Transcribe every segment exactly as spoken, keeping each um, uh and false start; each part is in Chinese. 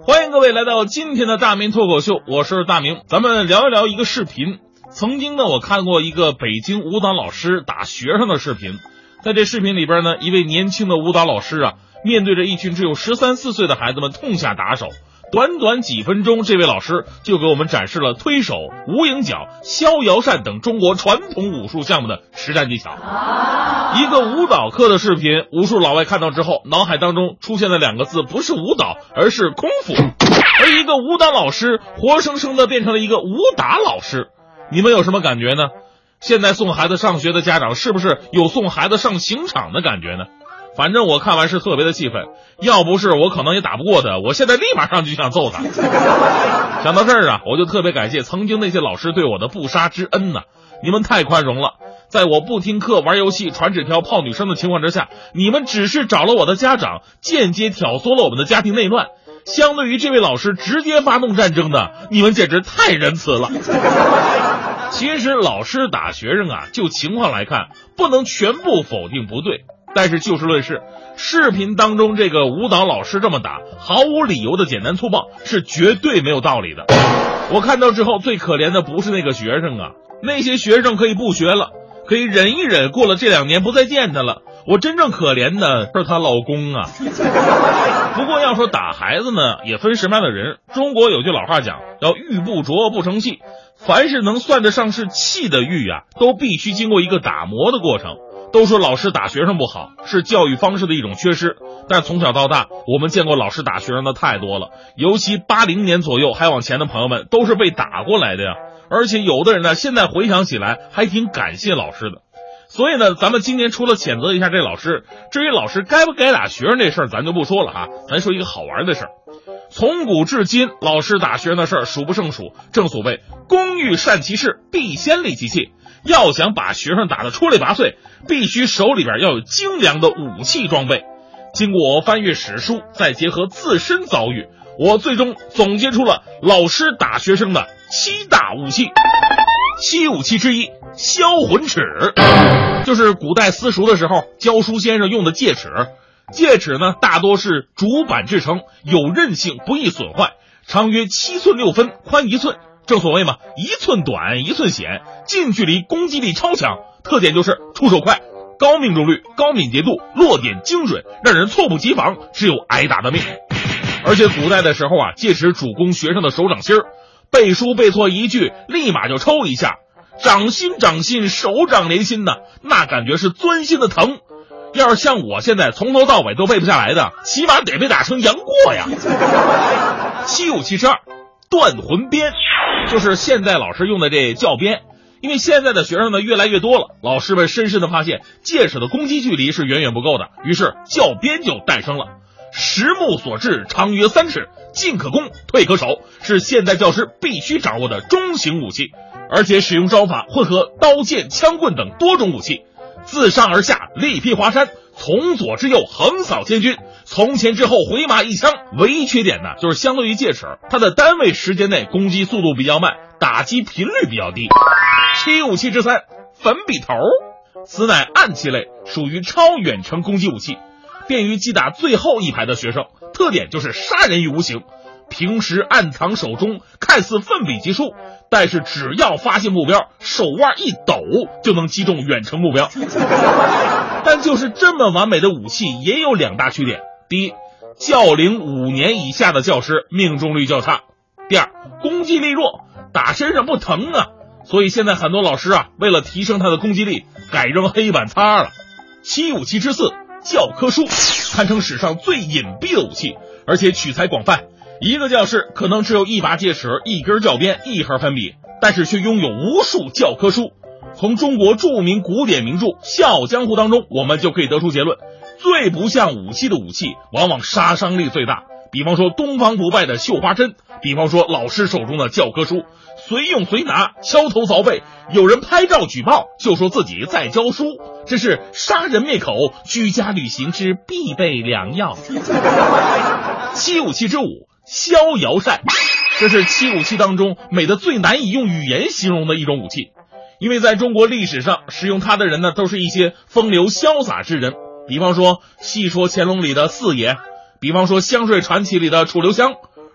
欢迎各位来到今天的大明脱口秀，我是大明。咱们聊一聊一个视频。曾经呢，我看过一个北京舞蹈老师打学生的视频。在这视频里边呢，一位年轻的舞蹈老师啊，面对着一群只有十三四岁的孩子们痛下打手。短短几分钟，这位老师就给我们展示了推手、无影脚、逍遥扇等中国传统武术项目的实战技巧。一个舞蹈课的视频，无数老外看到之后，脑海当中出现的两个字不是舞蹈，而是功夫。而一个舞蹈老师活生生的变成了一个武打老师，你们有什么感觉呢？现在送孩子上学的家长是不是有送孩子上刑场的感觉呢？反正我看完是特别的气愤，要不是我可能也打不过他，我现在立马上去想揍他。想到这儿啊，我就特别感谢曾经那些老师对我的不杀之恩呐、啊，你们太宽容了。在我不听课、玩游戏、传纸条、泡女生的情况之下，你们只是找了我的家长，间接挑唆了我们的家庭内乱。相对于这位老师直接发动战争的，你们简直太仁慈了。其实老师打学生啊，就情况来看，不能全部否定不对。但是就事论事，视频当中这个舞蹈老师这么打，毫无理由的简单粗暴，是绝对没有道理的。我看到之后最可怜的不是那个学生啊，那些学生可以不学了，可以忍一忍，过了这两年不再见他了。我真正可怜的是她老公啊。不过要说打孩子呢，也分什么样的人。中国有句老话讲，要玉不琢不成器，凡是能算得上是器的玉啊，都必须经过一个打磨的过程。都说老师打学生不好，是教育方式的一种缺失，但从小到大我们见过老师打学生的太多了，尤其八零年左右还往前的朋友们都是被打过来的呀。而且有的人呢，现在回想起来还挺感谢老师的。所以呢，咱们今天除了谴责一下这老师，至于老师该不该打学生这事儿咱就不说了哈，咱说一个好玩的事儿。从古至今，老师打学生的事儿数不胜数，正所谓工欲善其事，必先利其器。要想把学生打得出类拔萃，必须手里边要有精良的武器装备。经过我翻阅史书，再结合自身遭遇，我最终总结出了老师打学生的七大武器。七武器之一，销魂尺，就是古代私塾的时候教书先生用的戒尺。戒尺呢，大多是竹板制成，有韧性，不易损坏，长约七寸六分，宽一寸。正所谓嘛，一寸短一寸险，近距离攻击力超强，特点就是出手快，高命中率，高敏捷度，落点精准，让人猝不及防，只有挨打的命。而且古代的时候啊，戒尺主攻学生的手掌心儿，背书背错一句，立马就抽一下，掌心掌心，手掌连心呐，那感觉是钻心的疼。要是像我现在从头到尾都背不下来的，起码得被打成杨过呀。七武器之二，断魂鞭，就是现在老师用的这教鞭。因为现在的学生呢越来越多了，老师们深深的发现戒尺的攻击距离是远远不够的，于是教鞭就诞生了。实木所制，长约三尺，进可攻，退可守，是现代教师必须掌握的中型武器，而且使用招法混合刀剑、枪棍等多种武器，自上而下力劈华山，从左至右横扫千军，从前至后回马一枪。唯一缺点呢，就是相对于戒尺，它的单位时间内攻击速度比较慢，打击频率比较低。七武器之三，粉笔头，此乃暗器类，属于超远程攻击武器，便于击打最后一排的学生，特点就是杀人于无形。平时暗藏手中，看似奋笔疾书，但是只要发现目标，手腕一抖就能击中远程目标。但就是这么完美的武器也有两大缺点。第一，教龄五年以下的教师命中率较差。第二，攻击力弱，打身上不疼啊。所以现在很多老师啊，为了提升他的攻击力，改扔黑板擦了。七武器之四，教科书，堪称史上最隐蔽的武器，而且取材广泛。一个教室可能只有一把戒尺、一根教鞭、一盒粉笔，但是却拥有无数教科书。从中国著名古典名著《笑傲江湖》当中，我们就可以得出结论，最不像武器的武器往往杀伤力最大。比方说东方不败的绣花针，比方说老师手中的教科书，随用随拿，敲头凿背，有人拍照举报就说自己在教书，这是杀人灭口、居家旅行之必备良药。七武器之五，逍遥扇，这是七武器当中美的最难以用语言形容的一种武器。因为在中国历史上使用它的人呢，都是一些风流潇洒之人，比方说戏说乾隆里的四爷，比方说香水传奇里的楚留香。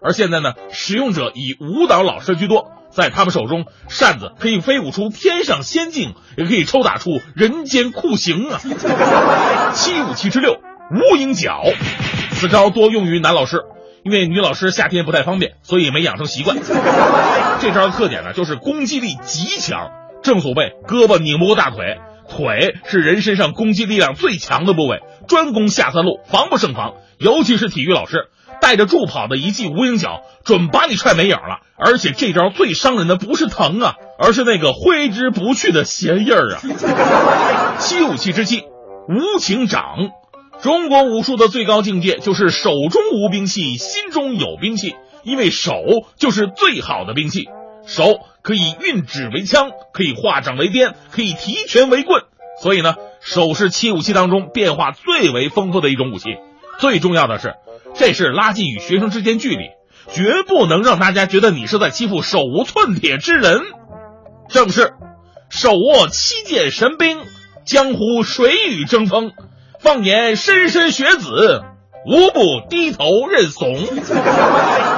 而现在呢，使用者以舞蹈老师居多，在他们手中，扇子可以飞舞出天上仙境，也可以抽打出人间酷刑啊！七五七之六，无影脚，此招多用于男老师，因为女老师夏天不太方便，所以没养成习惯。这招的特点呢，就是攻击力极强，正所谓胳膊拧不过大腿，腿是人身上攻击力量最强的部位，专攻下三路，防不胜防。尤其是体育老师带着助跑的一记无影脚，准把你踹没影了。而且这招最伤人的不是疼啊，而是那个挥之不去的弦印儿啊！七五七之七，无情掌。中国武术的最高境界就是手中无兵器，心中有兵器，因为手就是最好的兵器。手可以运指为枪，可以化掌为鞭，可以提拳为棍，所以呢，手是七武器当中变化最为丰富的一种武器。最重要的是，这是拉近与学生之间距离，绝不能让大家觉得你是在欺负手无寸铁之人。正是手握七剑神兵，江湖谁与争锋？放眼莘莘学子，无不低头认怂。